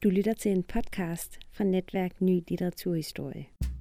Du lytter til en podcast fra Netværk Ny Litteraturhistorie.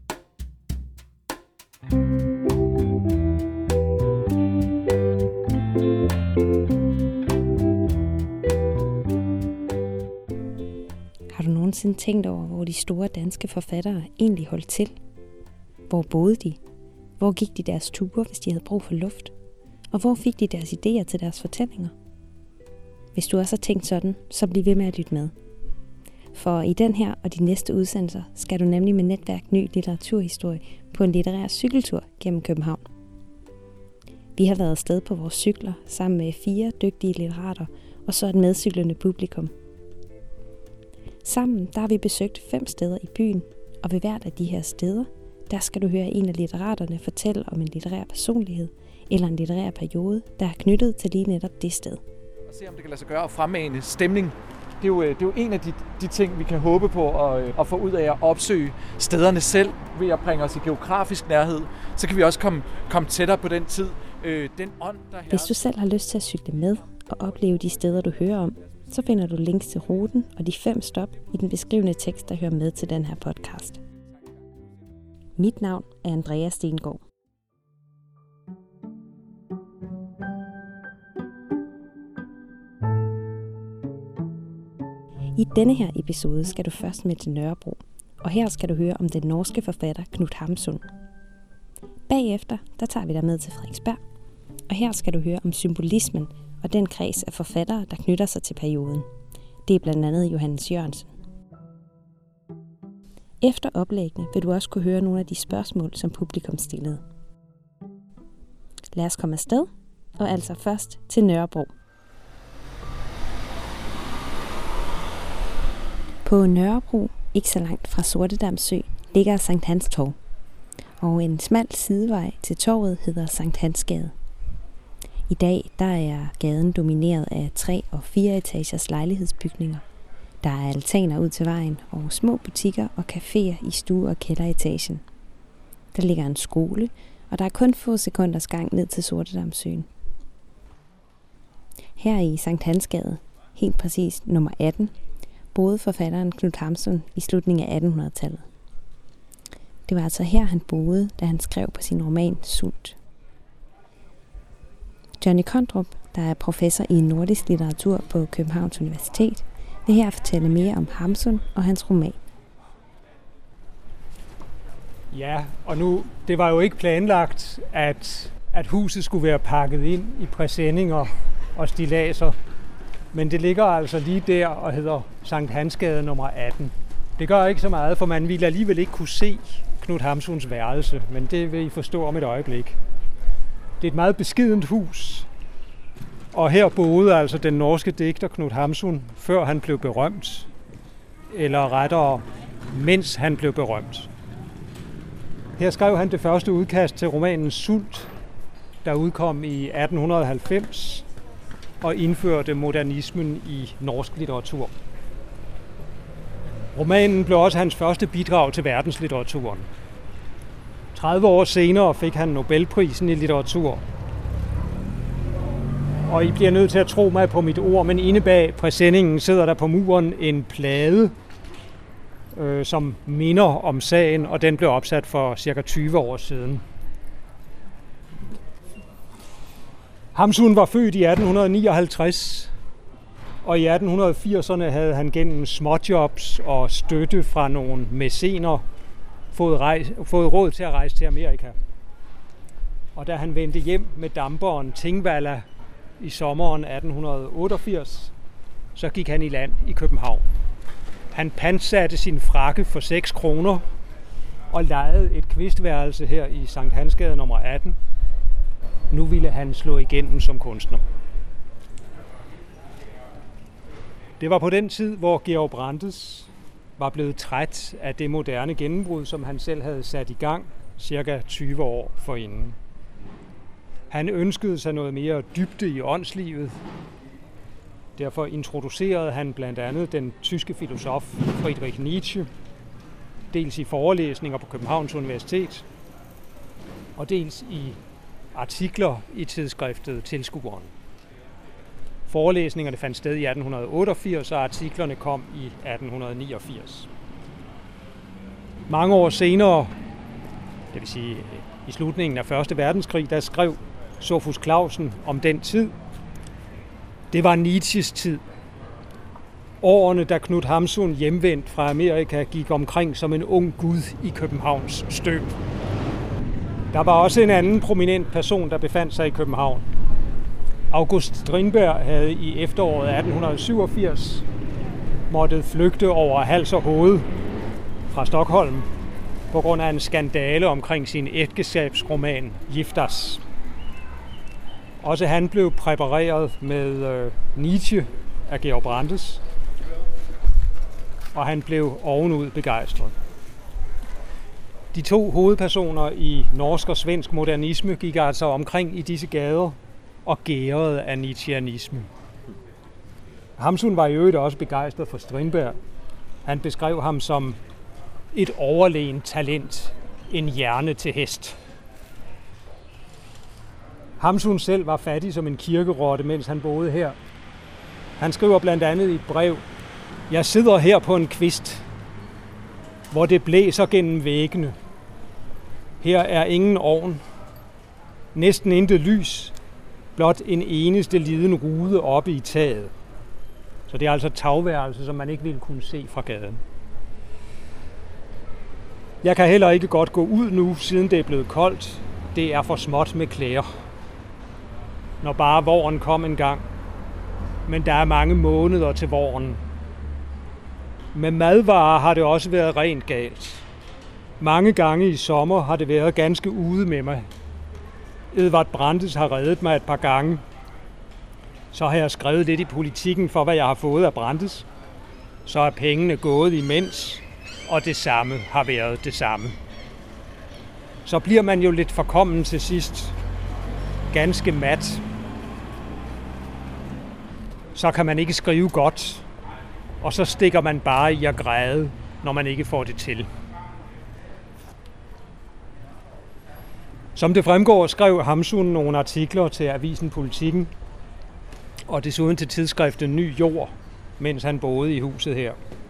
Har du nogensinde tænkt over, hvor de store danske forfattere egentlig holdt til? Hvor boede de? Hvor gik de deres ture, hvis de havde brug for luft? Og hvor fik de deres idéer til deres fortællinger? Hvis du også har tænkt sådan, så bliv ved med at lytte med. For i den her og de næste udsendelser skal du nemlig med Netværk Ny Litteraturhistorie på en litterær cykeltur gennem København. Vi har været afsted på vores cykler sammen med 4 dygtige litterater og så et medcyklende publikum. Sammen der har vi besøgt 5 steder i byen, og ved hvert af de her steder, der skal du høre en af litteraterne fortælle om en litterær personlighed eller en litterær periode, der er knyttet til lige netop det sted. Og se om det kan lade sig gøre at fremmane stemning. Det er jo en af de ting, vi kan håbe på at få ud af at opsøge stederne selv ved at bringe os i geografisk nærhed. Så kan vi også komme tættere på den tid. Den ånd, der Hvis du selv har lyst til at cykle med og opleve de steder, du hører om, så finder du links til ruten og de 5 stop i den beskrivende tekst, der hører med til den her podcast. Mit navn er Andrea Stengård. I denne her episode skal du først med til Nørrebro, og her skal du høre om den norske forfatter Knut Hamsun. Bagefter, der tager vi dig med til Frederiksberg, og her skal du høre om symbolismen og den kreds af forfattere, der knytter sig til perioden. Det er blandt andet Johannes Jørgensen. Efter oplæggene vil du også kunne høre nogle af de spørgsmål, som publikum stillede. Lad os komme afsted, og altså først til Nørrebro. På Nørrebro, ikke så langt fra Sortedam Sø, ligger Sankt Hans Torv, og en smal sidevej til torvet hedder Sankt Hansgade. I dag der er gaden domineret af 3- og 4-etagers lejlighedsbygninger. Der er altaner ud til vejen og små butikker og caféer i stue- og kælderetagen. Der ligger en skole, og der er kun få sekunders gang ned til Sortedamsøen. Her i Sankt Hansgade, helt præcis nummer 18, boede forfatteren Knut Hamsun i slutningen af 1800-tallet. Det var altså her, han boede, da han skrev på sin roman Sult. Johnny Kondrup, der er professor i nordisk litteratur på Københavns Universitet, vil her fortælle mere om Hamsun og hans roman. Ja, og nu, det var jo ikke planlagt, at huset skulle være pakket ind i præsendinger og stiladser, men det ligger altså lige der og hedder Sankt Hansgade nummer 18. Det gør ikke så meget, for man ville alligevel ikke kunne se Knut Hamsuns værelse, men det vil I forstå om et øjeblik. Det er et meget beskedent hus, og her boede altså den norske digter Knut Hamsun, før han blev berømt, eller rettere, mens han blev berømt. Her skrev han det første udkast til romanen Sult, der udkom i 1890 og indførte modernismen i norsk litteratur. Romanen blev også hans første bidrag til verdenslitteraturen. 30 år senere fik han Nobelprisen i litteratur. Og I bliver nødt til at tro mig på mit ord, men inde bag præsendingen sidder der på muren en plade, som minder om sagen, og den blev opsat for ca. 20 år siden. Hamsun var født i 1859, og i 1880'erne havde han gennem småjobs og støtte fra nogle mæcener fået råd til at rejse til Amerika. Og da han vendte hjem med damperen Tingvalla i sommeren 1888, så gik han i land i København. Han pantsatte sin frakke for 6 kroner og lejede et kvistværelse her i Sankt Hansgade nummer 18. Nu ville han slå igennem som kunstner. Det var på den tid, hvor Georg Brandes var blevet træt af det moderne gennembrud, som han selv havde sat i gang cirka 20 år forinden. Han ønskede sig noget mere dybde i åndslivet. Derfor introducerede han blandt andet den tyske filosof Friedrich Nietzsche, dels i forelæsninger på Københavns Universitet, og dels i artikler i tidsskriftet Tilskueren. Forelæsningerne fandt sted i 1888, og artiklerne kom i 1889. Mange år senere, det vil sige i slutningen af 1. verdenskrig, der skrev Sophus Clausen om den tid. Det var Nietzsches tid. Årene, da Knud Hamsun hjemvendt fra Amerika, gik omkring som en ung gud i Københavns støv. Der var også en anden prominent person, der befandt sig i København. August Strindberg havde i efteråret 1887 måttet flygte over hals og hoved fra Stockholm på grund af en skandale omkring sin ægteskabsroman Giftas. Også han blev præpareret med Nietzsche af Georg Brandes, og han blev ovenud begejstret. De to hovedpersoner i norsk og svensk modernisme gik altså omkring i disse gader og gærede af nietzscheanisme. Hamsun var i øvrigt også begejstret for Strindberg. Han beskrev ham som et overlegent talent, en hjerne til hest. Hamsun selv var fattig som en kirkerotte, mens han boede her. Han skriver blandt andet i et brev: "Jeg sidder her på en kvist, hvor det blæser gennem væggene. Her er ingen ovn, næsten intet lys, blot en eneste liden rude oppe i taget." Så det er altså tagværelse, som man ikke ville kunne se fra gaden. Jeg kan heller ikke godt gå ud nu, siden det er blevet koldt. Det er for småt med klæder. Når bare våren kom en gang. Men der er mange måneder til våren. Med madvarer har det også været rent galt. Mange gange i sommer har det været ganske ude med mig. Edvard Brandes har reddet mig et par gange. Så har jeg skrevet lidt i Politikken for, hvad jeg har fået af Brandes. Så er pengene gået imens, og det samme har været det samme. Så bliver man jo lidt forkommen til sidst. Ganske mat. Så kan man ikke skrive godt, og så stikker man bare i at græde, når man ikke får det til. Som det fremgår, skrev Hamsun nogle artikler til avisen Politikken, og desuden til tidsskriftet Ny Jord, mens han boede i huset her.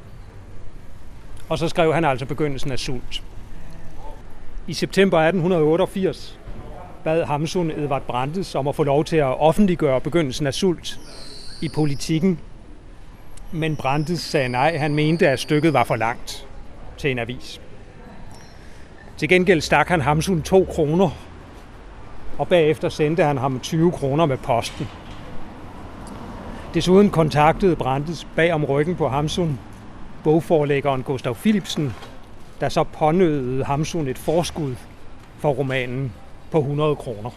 Og så skrev han altså Begyndelsen af sult. I september 1888 bad Hamsun Edvard Brandes om at få lov til at offentliggøre Begyndelsen af sult i Politikken, men Brandes sagde nej. Han mente, at stykket var for langt til en avis. Til gengæld stak han Hamsun 2 kroner, og bagefter sendte han ham 20 kroner med posten. Desuden kontaktede Brandes bag om ryggen på Hamsun bogforlæggeren Gustav Philipsen, der så pånødede Hamsun et forskud for romanen på 100 kroner.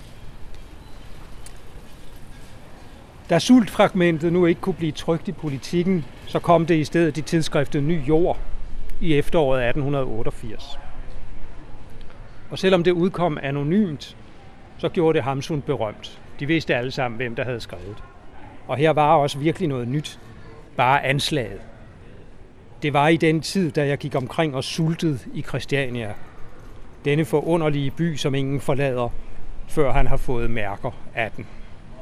Da sultfragmentet nu ikke kunne blive trykt i Politikken, så kom det i stedet i tidsskriftet Ny Jord i efteråret 1888. Og selvom det udkom anonymt, så gjorde det Hamsun berømt. De vidste alle sammen, hvem der havde skrevet. Og her var også virkelig noget nyt. Bare anslaget. Det var i den tid, da jeg gik omkring og sultede i Christiania. Denne forunderlige by, som ingen forlader, før han har fået mærker af den.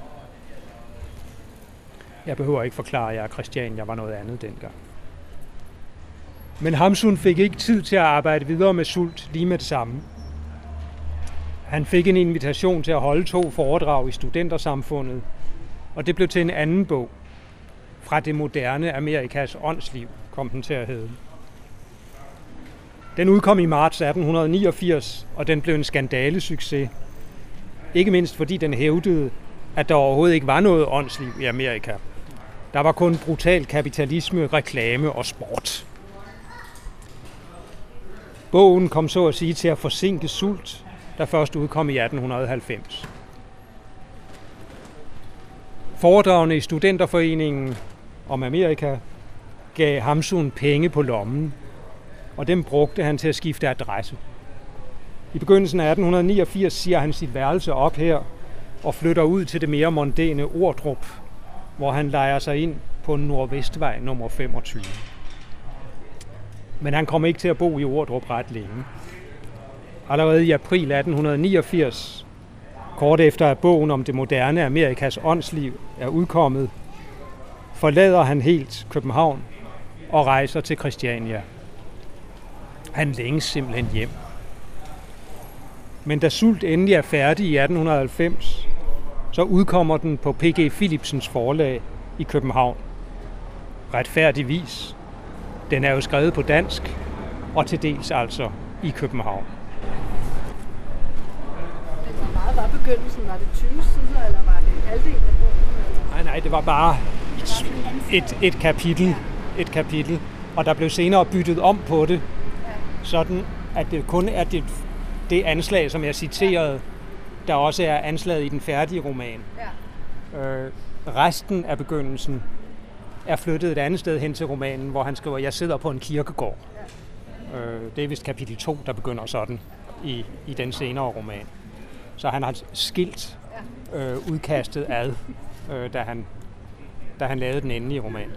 Jeg behøver ikke forklare jer, at Christiania var noget andet dengang. Men Hamsun fik ikke tid til at arbejde videre med sult lige med det samme. Han fik en invitation til at holde 2 foredrag i Studentersamfundet, og det blev til en anden bog. Fra det moderne Amerikas åndsliv, kom den til at hedde. Den udkom i marts 1889, og den blev en skandalesucces. Ikke mindst fordi den hævdede, at der overhovedet ikke var noget åndsliv i Amerika. Der var kun brutal kapitalisme, reklame og sport. Bogen kom så at sige til at forsinke sult, der først udkom i 1890. Foredragene i Studenterforeningen om Amerika gav Hamsun penge på lommen, og dem brugte han til at skifte adresse. I begyndelsen af 1889 siger han sit værelse op her og flytter ud til det mere mondæne Ordrup, hvor han lejer sig ind på Nordvestvej nummer 25. Men han kom ikke til at bo i Ordrup ret længe. Allerede i april 1889, kort efter at bogen om det moderne Amerikas åndsliv er udkommet, forlader han helt København og rejser til Christiania. Han længes simpelthen hjem. Men da Sult endelig er færdig i 1890, så udkommer den på P.G. Philipsens forlag i København. Retfærdigvis. Den er jo skrevet på dansk, og til dels altså i København. Hvor meget var begyndelsen? Var det 20 sider, eller var det halvdelen af bogen? Nej, det var bare et kapitel. Og der blev senere byttet om på det, sådan at det kun er det anslag, som jeg citerede, der også er anslaget i den færdige roman. Ja. Resten af begyndelsen er flyttet et andet sted hen til romanen, hvor han skriver, jeg sidder på en kirkegård. Ja. Det er vist kapitel 2, der begynder sådan i den senere roman. Så han har skilt udkastet ad, da han lavede den endelige roman.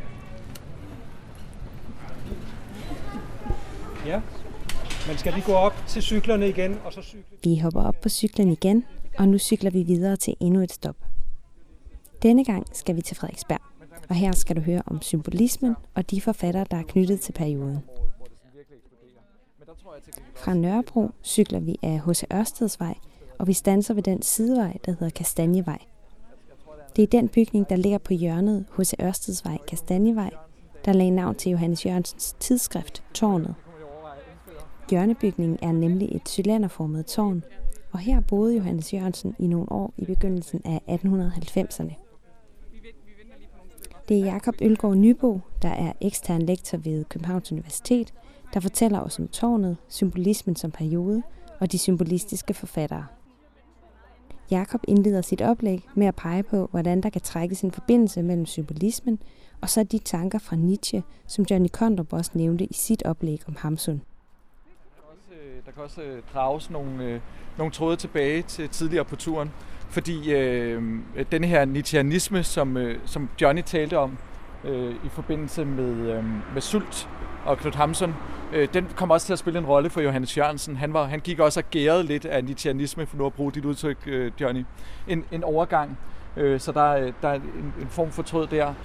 Ja, men skal vi gå op til cyklerne igen, og så cykle? Vi hopper op på cyklen igen, og nu cykler vi videre til endnu et stop. Denne gang skal vi til Frederiksberg, og her skal du høre om symbolismen og de forfattere, der er knyttet til perioden. Fra Nørrebro cykler vi af H.C. Ørsteds Vej, og vi standser ved den sidevej, der hedder Kastanjevej. Det er den bygning, der ligger på hjørnet H.C. Ørsteds Vej, Kastanjevej, der lagde navn til Johannes Jørgensens tidsskrift, Tårnet. Hjørnebygningen er nemlig et cylinderformet tårn, og her boede Johannes Jørgensen i nogle år i begyndelsen af 1890'erne. Det er Jakob Ølgaard Nybo, der er ekstern lektor ved Københavns Universitet, der fortæller os om tårnet, symbolismen som periode og de symbolistiske forfattere. Jakob indleder sit oplæg med at pege på, hvordan der kan trækkes en forbindelse mellem symbolismen og så de tanker fra Nietzsche, som Johnny Kondrup også nævnte i sit oplæg om Hamsun. Der kan også drages nogle tråde tilbage til tidligere på turen, fordi denne her Nietzscheanisme, som Johnny talte om i forbindelse med Sult og Knud Hamsun, den kom også til at spille en rolle for Johannes Jørgensen. Han gik også og gærede lidt af Nietzscheanisme, for nu at bruge dit udtryk, Johnny. En overgang, så der er en form for tråd der.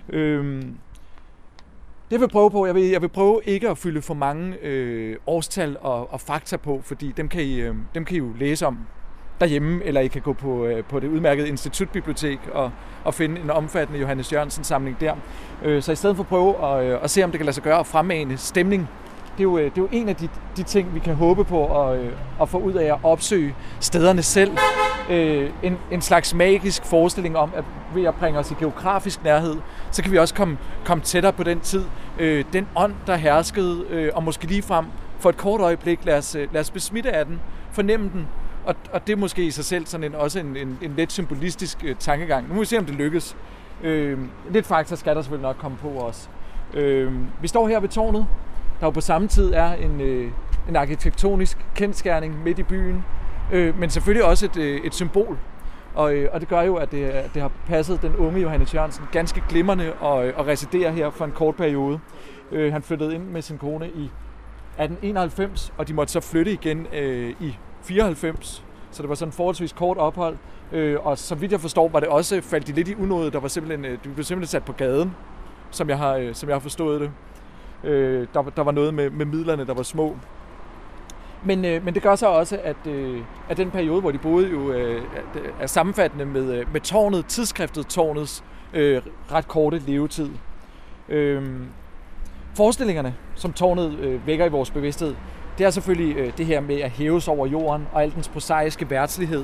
Det vil jeg prøve på. Jeg vil prøve ikke at fylde for mange årstal og fakta på, fordi dem kan I jo læse om derhjemme, eller I kan gå på det udmærkede institutbibliotek og finde en omfattende Johannes Jørgensen samling der. Så i stedet for at prøve at se, om det kan lade sig gøre at fremmane stemning, det er jo en af de ting, vi kan håbe på at få ud af at opsøge stederne selv. En slags magisk forestilling om, at ved at bringe os i geografisk nærhed, så kan vi også komme tættere på den tid. Den ånd, der herskede, og måske ligefrem for et kort øjeblik, lad os besmitte af den, fornemme den, og det er måske i sig selv sådan også en lidt symbolistisk tankegang. Nu må vi se, om det lykkes. Lidt fakta skal der selvfølgelig nok komme på os. Vi står her ved tårnet, der jo på samme tid er en arkitektonisk kendsgerning midt i byen, men selvfølgelig også et symbol. Og det gør jo, at det har passet den unge Johannes Jørgensen ganske glimrende at residere her for en kort periode. Han flyttede ind med sin kone i 1891, og de måtte så flytte igen i 94. Så det var sådan en forholdsvis kort ophold. Og så vidt jeg forstår, var det også faldt de lidt i unåde. De blev simpelthen sat på gaden, som jeg har forstået det. Der var noget med midlerne, der var små. Men det gør så også, at den periode, hvor de boede, jo er sammenfattende med tårnet, tidsskriftet Tårnets ret korte levetid. Forestillingerne, som tårnet vækker i vores bevidsthed, det er selvfølgelig det her med at hæves over jorden og al dens prosaiske værtslighed.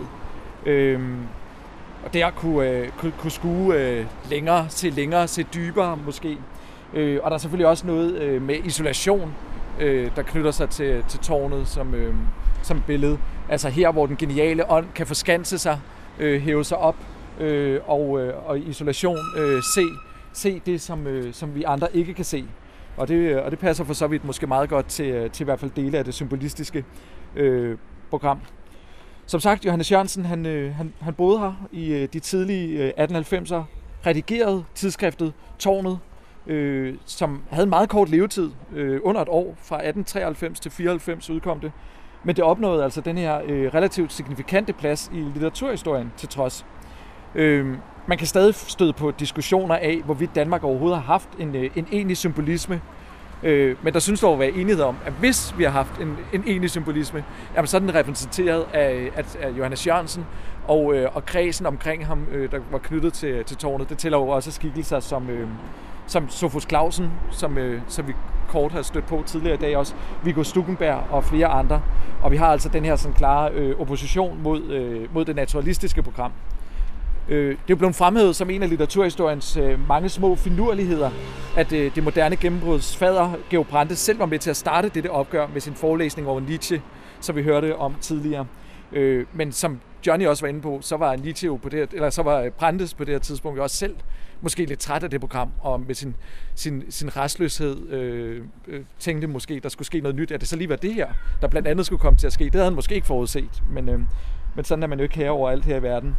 Og det at kunne skue længere, se dybere måske. Og der er selvfølgelig også noget med isolation, der knytter sig til tårnet som billede. Altså her, hvor den geniale ånd kan forskanse sig, hæve sig op og i isolation se det, som vi andre ikke kan se. Og det passer for så vidt måske meget godt til i hvert fald dele af det symbolistiske program. Som sagt, Johannes Jørgensen, han boede her i de tidlige 1890'er, redigerede tidsskriftet Tårnet, som havde en meget kort levetid, under et år, fra 1893 til 94 udkom det. Men det opnåede altså den her relativt signifikante plads i litteraturhistorien til trods. man kan stadig støde på diskussioner af, hvorvidt Danmark overhovedet har haft en egentlig symbolisme. Men der synes dog at være enighed om, at hvis vi har haft en egentlig symbolisme, jamen, så er den repræsenteret af Johannes Jørgensen og kredsen omkring ham, der var knyttet til tårnet. Det tæller jo også skikkelser som Sophus Clausen, som vi kort har stødt på tidligere i dag også, Viggo Stuckenberg og flere andre. Og vi har altså den her sådan klare opposition mod det naturalistiske program. Det er jo blevet fremhævet som en af litteraturhistoriens mange små finurligheder, at det moderne gennembruds fader, Georg Brandes, selv var med til at starte dette opgør med sin forelæsning over Nietzsche, som vi hørte om tidligere. Men som Johnny også var inde på, så var Nietzsche jo så var Brandes på det her tidspunkt også selv måske lidt træt af det program, og med sin restløshed tænkte måske, der skulle ske noget nyt. At det så lige var det her, der blandt andet skulle komme til at ske. Det havde han måske ikke forudset, men sådan er man jo ikke her over alt her i verden.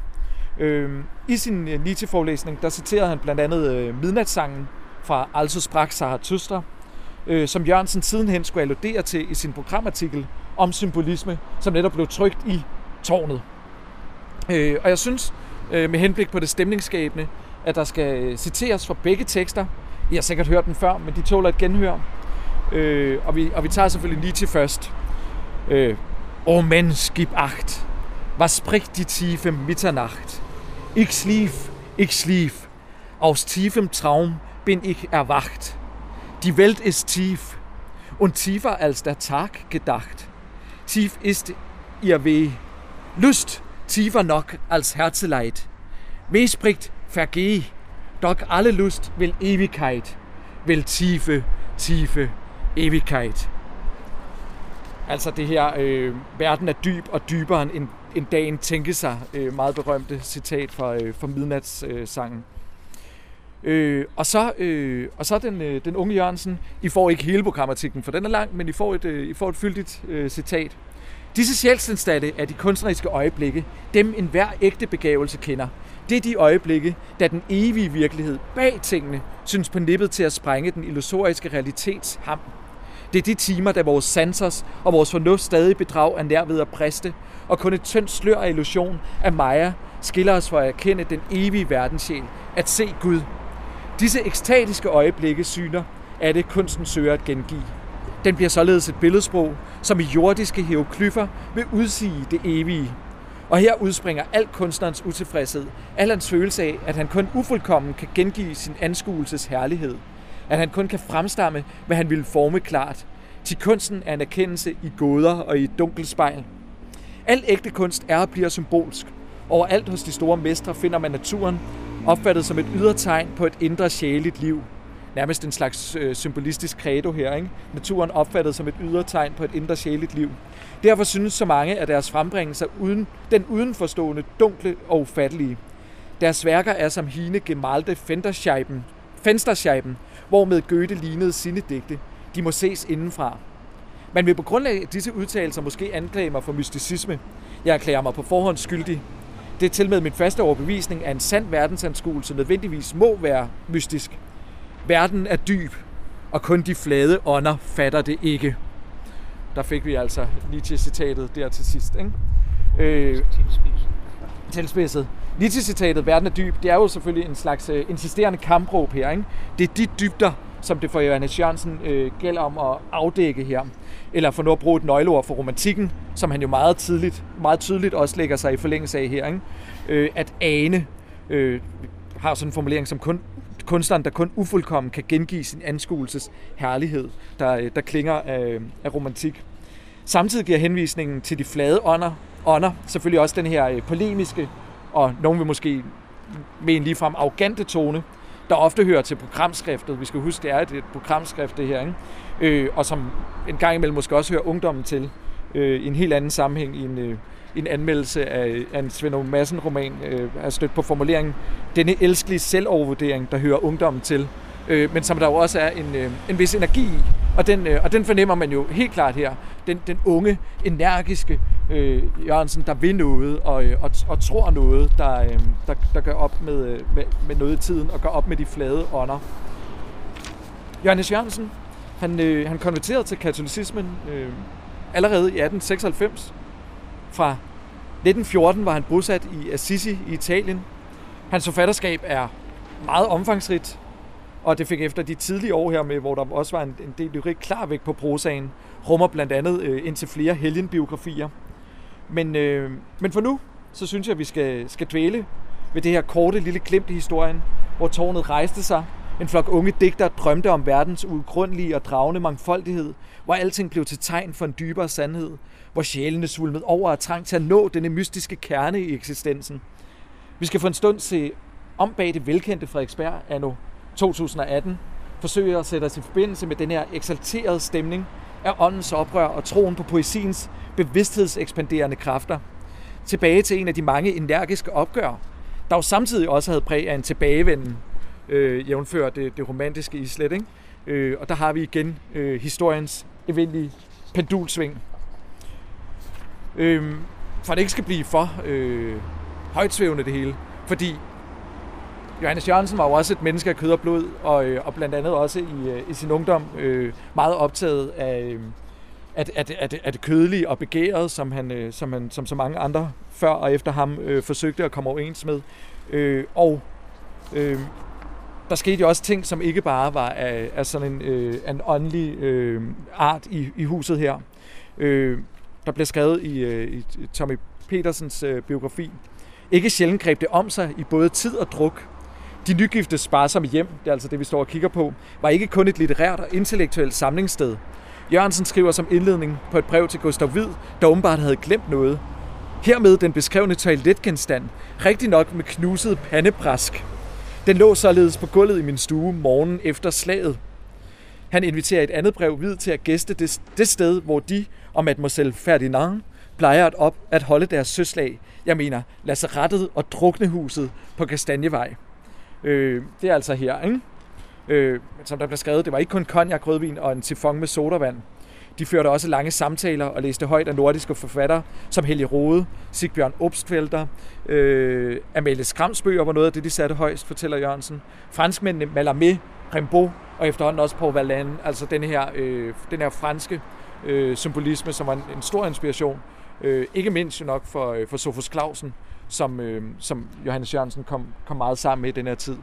I sin Nietzsche-forelæsning, der citerede han blandt andet Midnatssangen fra Also sprach Zarathustra, som Jørgensen sidenhen skulle alludere til i sin programartikel om symbolisme, som netop blev trykt i tårnet. Og jeg synes, med henblik på det stemningsskabende, at der skal citeres fra begge tekster. I har sikkert hørt den før, men de tåler et genhør. Og vi tager selvfølgelig Nietzsche først. O Mensch, gib acht, was spricht die tiefe Mitternacht? Ich schlief, aus tiefem Traum bin ich erwacht. Die Welt ist tief, und tiefer als der Tag gedacht. Tief ist ihr Weh, Lust tiefer noch als Herzeleid. Weh spricht vergeh, doch alle Lust will Ewigkeit, will tiefe Ewigkeit. Altså det her, verden er dyb og dybere end dagen tænke sig, meget berømte citat fra Midnatssangen. Og så den unge Jørgensen. I får ikke hele programartiklen, for den er lang, men I får et fyldigt citat. Disse sjælsindstatte er de kunstneriske øjeblikke, dem enhver ægte begævelse kender. Det er de øjeblikke, da den evige virkelighed bag tingene synes på nippet til at sprænge den illusoriske realitetsham. Det er de timer, da vores sansers og vores fornuft stadig bedrag er nær ved at briste, og kun et tyndt slør af illusion af Maja skiller os for at erkende den evige verdenssjæl, at se Gud. Disse ekstatiske øjeblikke syner, er det kunsten søger at gengive. Den bliver således et billedsprog, som i jordiske hieroglyffer vil udsige det evige. Og her udspringer al kunstnerens utilfredshed, al hans følelse af, at han kun ufuldkommen kan gengive sin anskuelses herlighed. At han kun kan fremstamme, hvad han ville forme klart. Til kunsten er en erkendelse i gåder og i et dunkelt spejl. Al ægte kunst er og bliver symbolsk. Overalt hos de store mestre finder man naturen, opfattet som et ydre tegn på et indre sjæleligt liv. Nærmest en slags symbolistisk credo her, ikke? Naturen opfattet som et ydre tegn på et indre sjæleligt liv. Derfor synes så mange af deres frembringelser den udenforstående, dunkle og ufattelige. Deres værker er som hine gemalte Fensterscheiben, hvormed Goethe lignede sine digte. De må ses indenfra. Man vil på grundlag af disse udtalelser måske anklage mig for mysticisme. Jeg erklærer mig på forhånd skyldig. Det er til med min faste overbevisning, at en sand verdensanskuelse nødvendigvis må være mystisk. Verden er dyb, og kun de flade ånder fatter det ikke. Der fik vi altså Nietzsche-citatet der til sidst, ikke? Tilspidset. Nietzsche-citatet, verden er dyb, det er jo selvfølgelig en slags insisterende kampråb her, ikke? Det er de dybder, som det for Johannes Jørgensen gælder om at afdække her. Eller for nu at bruge et nøgleord for romantikken, som han jo meget tydeligt også lægger sig i forlængelse af her, ikke? At ane har sådan en formulering som kunstneren, der kun ufuldkommen kan gengive sin anskuelses herlighed, der klinger af romantik. Samtidig giver henvisningen til de flade ånder selvfølgelig også den her polemiske, og nogen vil måske mene ligefrem arrogante tone, der ofte hører til programskriftet. Vi skal huske, det er et programskrift det her, ikke? Og som en gang imellem måske også hører ungdommen til i en helt anden sammenhæng i en anmeldelse af en Svend Aage Madsen-roman har stødt på formuleringen, denne elskelige selvovervurdering, der hører ungdommen til, men som der jo også er en vis energi i, og den fornemmer man jo helt klart her. Den unge, energiske Jørgensen, der vil noget og tror noget, der gør op med noget i tiden og gør op med de flade ånder. Johannes Jørgensen, han konverterede til katolicismen allerede i 1896. Fra 1914 var han bosat i Assisi i Italien, Hans forfatterskab er meget omfangsrigt, og det fik efter de tidlige år her med, hvor der også var en del lyrik klar væk på prosaen, rummer blandt andet indtil flere helgenbiografier. Men for nu, så synes jeg, at vi skal dvæle ved det her korte lille glimt i historien, hvor tårnet rejste sig. En flok unge digtere drømte om verdens uudgrundelige og dragende mangfoldighed, hvor alting blev til tegn for en dybere sandhed, hvor sjælene svulmede over og trang til at nå denne mystiske kerne i eksistensen. Vi skal for en stund se om bag det velkendte Frederiksberg anno 2018, forsøge at sætte os i forbindelse med den her eksalterede stemning af åndens oprør og troen på poesiens bevidsthedsekspanderende kræfter. Tilbage til en af de mange energiske opgør, der jo samtidig også havde præg af en tilbagevenden, jævnfør det romantiske islet, ikke? Og der har vi igen historiens evindelige pendulsving. For det ikke skal blive for højtsvævende det hele, fordi Johannes Jørgensen var jo også et menneske af kød og blod, og blandt andet også i sin ungdom meget optaget af det kødelige og begæret, som så mange andre før og efter ham forsøgte at komme overens med. Der skete jo også ting, som ikke bare var af sådan en åndelig art i huset her. Der blev skrevet i Tommy Petersens biografi. Ikke sjældent greb det om sig i både tid og druk. De nygifte sparsomme hjem, det er altså det, vi står og kigger på, var ikke kun et litterært og intellektuelt samlingssted. Jørgensen skriver som indledning på et brev til Gustav Wied, der åbenbart havde glemt noget. Hermed den beskrevne toiletgenstand, rigtig nok med knuset pandebræsk. Den lå således på gulvet i min stue morgenen efter slaget. Han inviterer et andet brev Wied til at gæste det sted, hvor de og Mademoiselle Ferdinand plejer at holde deres søslag. Jeg mener, lazarettet og druknehuset på Kastanjevej. Det er altså her, ikke? Som der blev skrevet, det var ikke kun cognac, rødvin og en sifon med sodavand. De førte også lange samtaler og læste højt af nordiske forfattere, som Helge Rode, Sigbjørn Obstfelder, Amalie Skrams bøger var noget af det, de satte højst, fortæller Jørgensen. Franskmændene Mallarmé, Rimbaud og efterhånden også Paul Verlaine, altså den her franske symbolisme, som var en stor inspiration. Ikke mindst jo nok for Sophus Clausen, som Johannes Jørgensen kom meget sammen med i den her tid.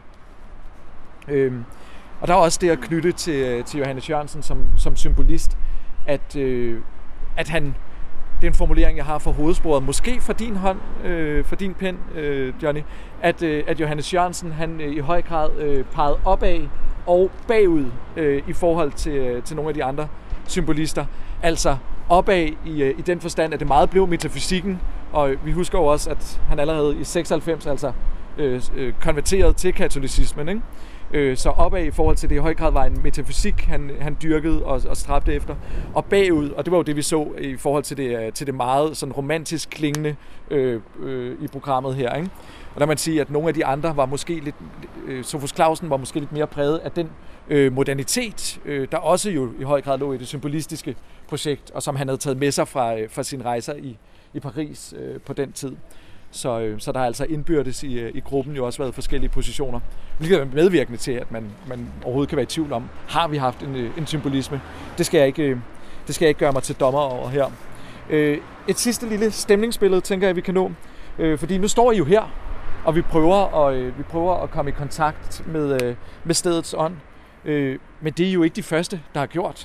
Og der er også det at knytte til Johannes Jørgensen som symbolist, at han, det er en formulering, jeg har for hovedsporet, måske fra din hånd, for din pen, Johnny, at Johannes Jørgensen, han i høj grad pegede opad og bagud i forhold til nogle af de andre symbolister. Altså opad i den forstand, at det meget blev metafysikken, og vi husker jo også, at han allerede i 96 altså konverterede til katolicismen, ikke? Så opad i forhold til det i høj grad var en metafysik, han dyrkede og stræbte efter, og bagud, og det var jo det, vi så i forhold til det meget sådan romantisk klingende i programmet her, ikke? Og der man sige, at nogle af de andre var måske lidt, Sophus Clausen var måske lidt mere præget af den modernitet, der også jo i høj grad lå i det symbolistiske projekt, og som han havde taget med sig fra sine rejser i Paris på den tid. Så der har altså indbyrdes i gruppen jo også været forskellige positioner, hvilket er medvirkende til, at man overhovedet kan være i tvivl om, har vi haft en symbolisme. Det skal jeg ikke gøre mig til dommer over her. Et sidste lille stemningsbillede, tænker jeg, vi kan nå, fordi nu står I jo her, og vi prøver at komme i kontakt med stedets ånd, men det er jo ikke de første, der har gjort.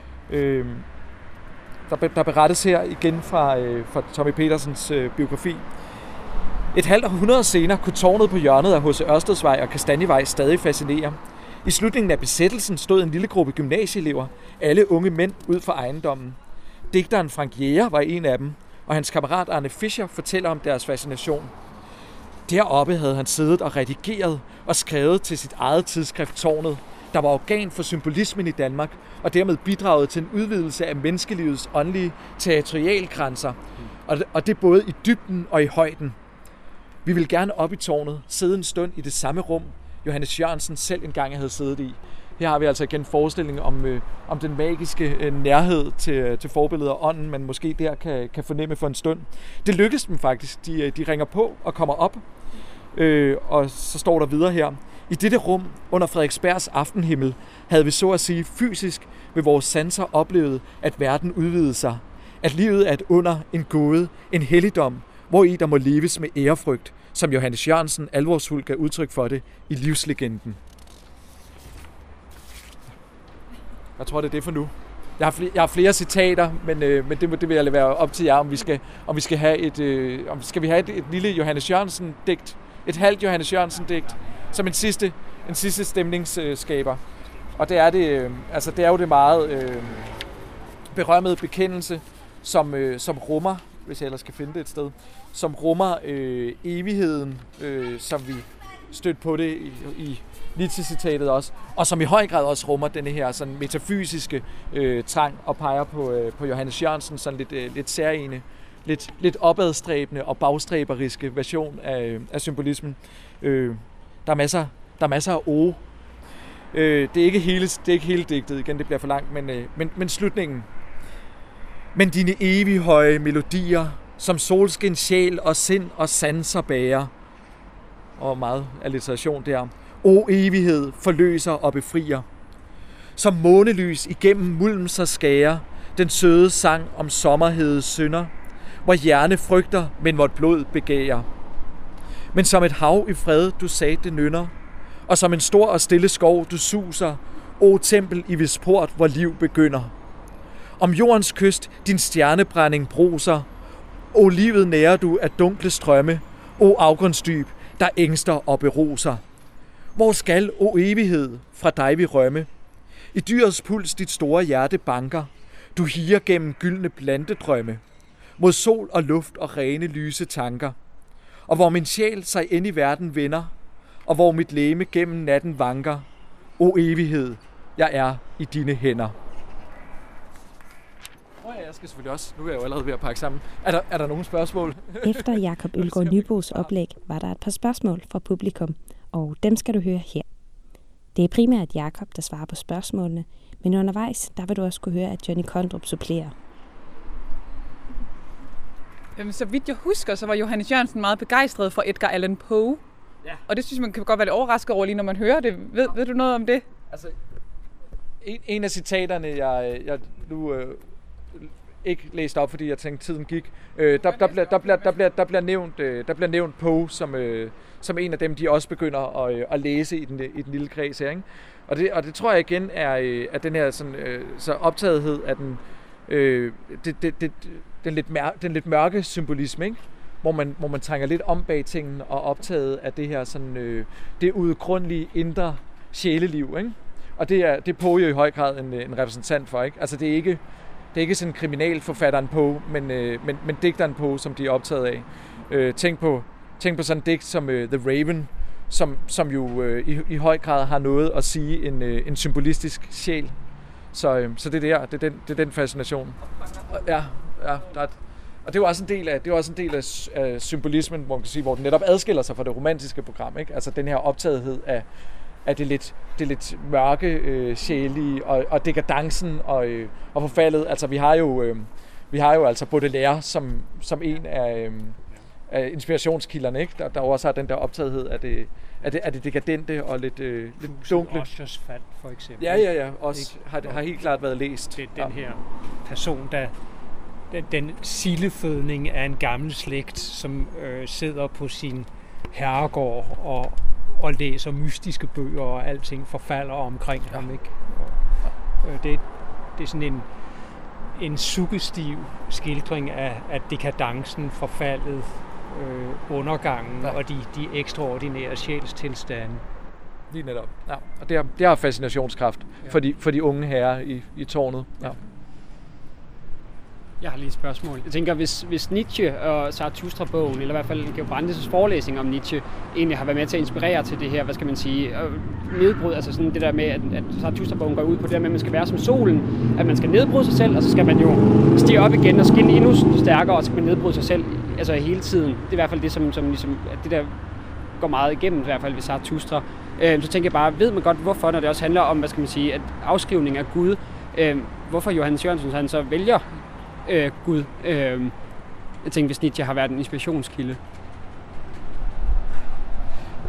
Der berettes her igen fra Tommy Petersens biografi. Et halvt århundrede senere kunne tårnet på hjørnet af H.C. Ørstedsvej og Kastanjevej stadig fascinere. I slutningen af besættelsen stod en lille gruppe gymnasieelever, alle unge mænd ud for ejendommen. Digteren Frank Jæger var en af dem, og hans kammerat Arne Fischer fortæller om deres fascination. Deroppe havde han siddet og redigeret og skrevet til sit eget tidsskrift Tårnet, der var organ for symbolismen i Danmark, og dermed bidraget til en udvidelse af menneskelivets åndelige territorialgrænser, og det både i dybden og i højden. Vi vil gerne op i tårnet, sidde en stund i det samme rum, Johannes Jørgensen selv engang havde siddet i. Her har vi altså igen forestilling om den magiske nærhed til forbilledet af ånden, man måske der kan fornemme for en stund. Det lykkedes dem faktisk. De ringer på og kommer op, og så står der videre her. I dette rum under Frederiksbergs aftenhimmel havde vi så at sige fysisk ved vores sanser oplevet, at verden udvidede sig. At livet er et under, en gåde, en helligdom, hvori der må leves med ærefrygt, som Johannes Jørgensen alvorsfuldt gav udtryk for det i livslegenden. Jeg tror, det er det for nu. Jeg har flere citater, men det vil jeg lade være op til jer, om vi skal have et lille Johannes Jørgensen-digt, et halvt Johannes Jørgensen-digt, som en sidste stemningsskaber. Og det er det, det er jo det meget berømmede bekendelse, som rummer, hvis jeg ellers skal finde det et sted, som rummer evigheden, som vi stødte på det i Nietzsche-citatet også, og som i høj grad også rummer denne her sådan metafysiske trang og peger på Johannes Jørgensen, sådan lidt særlige, lidt opadstræbende og bagstræberiske version af symbolismen. Der er masser af ord. Det er ikke hele digtet, igen, det bliver for langt, men slutningen. Men dine evige høje melodier, som solskin, sjæl og sind og sanser bærer, og meget alliteration der. O evighed, forløser og befrier. Som månelys igennem mulm sig skærer, den søde sang om sommerhedes synder, hvor hjerne frygter, men vort blod begærer. Men som et hav i fred, du sagde det nynner, og som en stor og stille skov, du suser, o tempel i hvis port, hvor liv begynder. Om jordens kyst, din stjernebrænding bruser, o livet nærer du af dunkle strømme, o afgrundsdyb, der ængster og beruser. Hvor skal, o evighed, fra dig vi rømme? I dyrets puls dit store hjerte banker, du higer gennem gyldne plantedrømme, mod sol og luft og rene lyse tanker. Og hvor min sjæl sig ind i verden vender, og hvor mit legeme gennem natten vanker, o evighed, jeg er i dine hænder. Jeg skal selvfølgelig også. Nu er jeg jo allerede ved at pakke sammen. Er der nogle spørgsmål? Efter Jakob Ølgaard Nybos oplæg var der et par spørgsmål fra publikum, og dem skal du høre her. Det er primært Jakob, der svarer på spørgsmålene, men undervejs, der vil du også kunne høre, at Johnny Kondrup supplerer. Så vidt jeg husker, så var Johannes Jørgensen meget begejstret for Edgar Allan Poe. Ja. Og det synes man kan godt være lidt overrasket over lige, når man hører det. Ved du noget om det? Altså, en af citaterne, jeg nu ikke læst op, fordi jeg tænkte, tiden gik. Der bliver nævnt Poe som en af dem, de også begynder at læse i den lille kreds her, ikke? Og det tror jeg igen er at den her sådan, så optagethed af den lidt mørke symbolisme, ikke? Hvor man trænger lidt om bag tingene og optaget af det her sådan det udgrundelige indre sjæleliv, ikke? Og det er Poe jo i høj grad en repræsentant for, ikke? Altså det er ikke sådan kriminalforfatteren Poe, men digteren Poe, som de er optaget af. Tænk på sådan en digt som The Raven, som jo i høj grad har noget at sige en symbolistisk sjæl. Så det er den fascination. Ja, og det er jo også en del af symbolismen, hvor man kan sige, hvor den netop adskiller sig fra det romantiske program, ikke? Altså den her optagethed af det lidt mørke, sjælige og dekadencen og forfaldet. Altså vi har jo altså Baudelaire som en af inspirationskilderne, ikke? Der også har den der optagethed af det dekadente og lidt dunkle. Oshers fald, for eksempel. Ja. Også har helt klart været læst. Det er den her person, der den sildefødning af en gammel slægt, som sidder på sin herregård og læser mystiske bøger, og alting forfalder omkring ham, ikke? Og det er sådan en suggestiv skildring af dekadencen, forfaldet, undergangen og de ekstraordinære sjælstilstande. Lige netop. Ja. Og det har fascinationskraft for de unge herrer i tårnet. Ja. Jeg har lige et spørgsmål. Jeg tænker, hvis Nietzsche og Zarathustra-bogen, eller i hvert fald Georg Brandes' forelæsning om Nietzsche, egentlig har været med til at inspirere til det her, hvad skal man sige, nedbrud, altså sådan det der med, at Zarathustra-bogen går ud på det der med, at man skal være som solen, at man skal nedbryde sig selv, og så skal man jo stige op igen og skinne endnu stærkere, og så skal man nedbryde sig selv, altså hele tiden. Det er i hvert fald det, som ligesom, at det der går meget igennem, i hvert fald ved Zarathustra. Så tænker jeg bare, ved man godt, hvorfor, når det også handler om, hvad skal man sige, at afskrivning af Gud, hvorfor Johannes Jørgensen han så vælger Gud. Jeg tænker, hvis Nietzsche har været en inspirationskilde.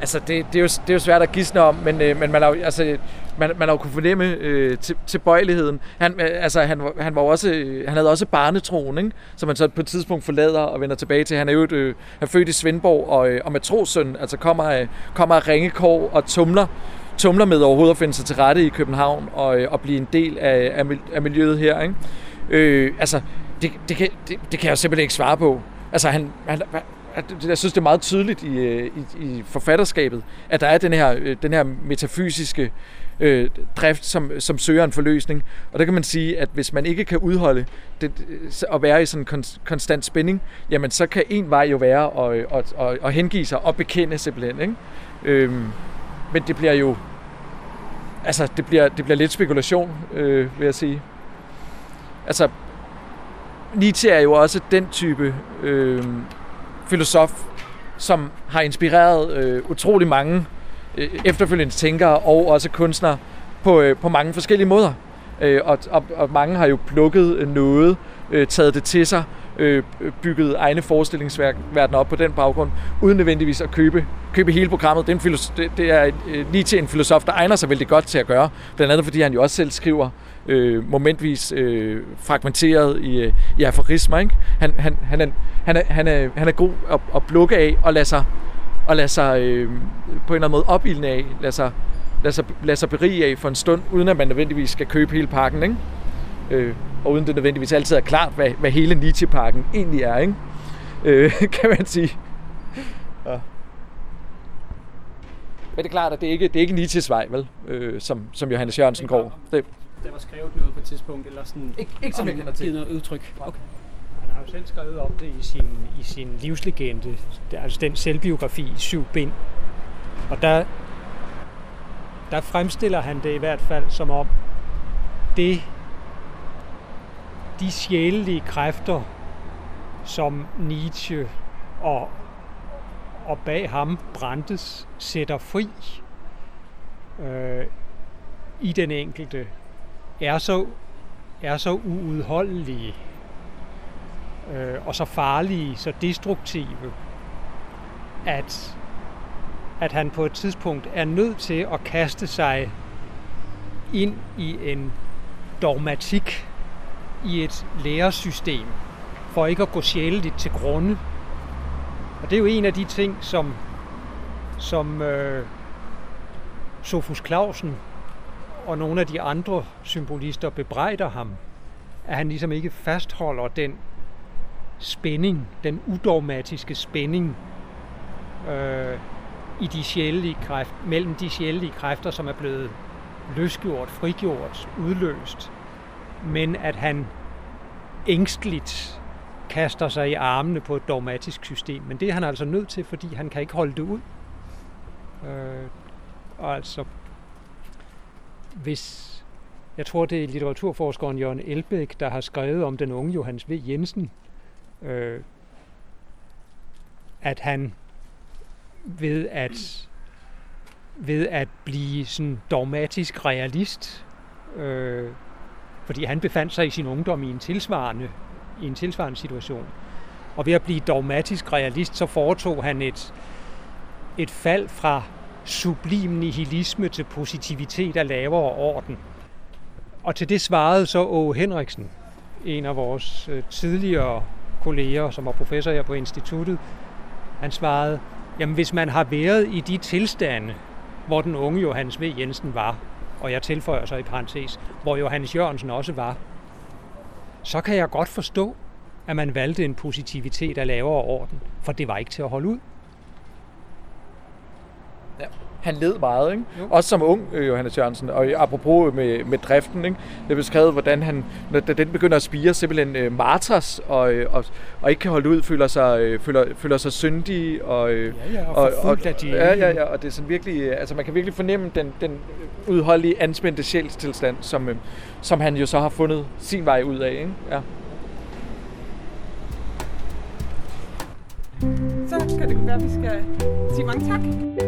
Altså, det er jo svært at gisne om, men man har jo kunne fornemme tilbøjeligheden. Han havde også barnetroen, ikke? Som han så på et tidspunkt forlader og vender tilbage til. Han er jo født i Svendborg og matrossøn, altså kommer af ringekår og tumler med overhovedet at finde sig til rette i København og blive en del af miljøet her, ikke? Altså, det kan jeg jo simpelthen ikke svare på. Altså, jeg synes, det er meget tydeligt i forfatterskabet, at der er den her metafysiske drift, som søger en forløsning. Og der kan man sige, at hvis man ikke kan udholde det, at være i sådan en konstant spænding, jamen så kan en vej jo være at hengive sig og bekende simpelthen, ikke? Men det bliver jo... Altså, det bliver lidt spekulation, vil jeg sige. Altså, Nietzsche er jo også den type filosof, som har inspireret utrolig mange efterfølgende tænkere og også kunstnere på mange forskellige måder. Og mange har jo plukket noget, taget det til sig, bygget egne forestillingsverdener op på den baggrund, uden nødvendigvis at købe hele programmet. Det er Nietzsche en filosof, der egner sig vældig godt til at gøre, blandt andet fordi han jo også selv skriver momentvis fragmenteret i aforismer, ikke? Han er god at plukke af og lade sig på en eller anden måde opildne af, lade sig berige af for en stund, uden at man nødvendigvis skal købe hele pakken, ikke? Og uden det nødvendigvis altid er klart, hvad hele Nietzsche-pakken egentlig er, ikke? Kan man sige. Ja. Men det er klart, at det er ikke Nietzsches vej, vel? Som Johannes Jørgensen går. Der var skrevet noget på et tidspunkt, eller sådan... Ikke som jeg kender til. Noget udtryk. Okay. Han har jo selv skrevet om det i sin livslegende, altså den selvbiografi i 7 bind. Og der fremstiller han det i hvert fald som om, de sjælelige kræfter, som Nietzsche og bag ham Brandes sætter fri i den enkelte, er så uudholdelige og så farlige, så destruktive, at han på et tidspunkt er nødt til at kaste sig ind i en dogmatik, i et læresystem, for ikke at gå sjæleligt til grunde. Og det er jo en af de ting, som Sophus Clausen og nogle af de andre symbolister bebrejder ham, at han ligesom ikke fastholder den spænding, den udogmatiske spænding i de sjælelige kræfter, mellem de sjælelige kræfter, som er blevet løsgjort, frigjort, udløst, men at han ængsteligt kaster sig i armene på et dogmatisk system. Men det er han altså nødt til, fordi han kan ikke holde det ud. Og altså, jeg tror, det er litteraturforskeren Jørgen Elbæk, der har skrevet om den unge Johannes V. Jensen, at han ved at blive sådan dogmatisk realist, fordi han befandt sig i sin ungdom i en tilsvarende situation. Og ved at blive dogmatisk realist, så foretog han et fald fra sublim nihilisme til positivitet af lavere orden. Og til det svarede så Åge Henriksen, en af vores tidligere kolleger, som var professor her på instituttet. Han svarede, jamen hvis man har været i de tilstande, hvor den unge Johannes V. Jensen var, og jeg tilføjer så i parentes, hvor Johannes Jørgensen også var, så kan jeg godt forstå, at man valgte en positivitet af lavere orden, for det var ikke til at holde ud. Ja, han led meget, ikke? Også som ung Johannes Jørgensen, og apropos med driften, ikke? Det er beskrevet, hvordan han, da den begynder at spire, simpelthen marters og ikke kan holde ud, føler sig syndig og forfulgt af djævlen. Og det er sådan virkelig, altså man kan virkelig fornemme den udholdelige anspændte sjælstilstand, som han jo så har fundet sin vej ud af, ikke? Ja. Så kan det være, at vi skal sige mange tak.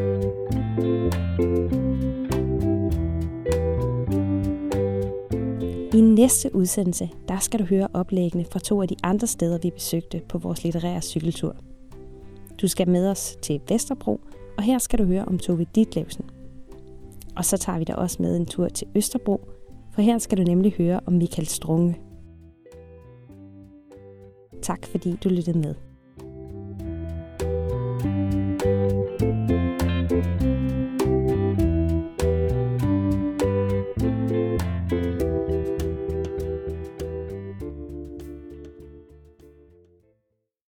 I næste udsendelse, der skal du høre oplæggene fra 2 af de andre steder, vi besøgte på vores litterære cykeltur. Du skal med os til Vesterbro Og her skal du høre om Tove Ditlevsen. Og så tager vi dig også med en tur til Østerbro, for her skal du nemlig høre om Michael Strunge. Tak fordi du lyttede med.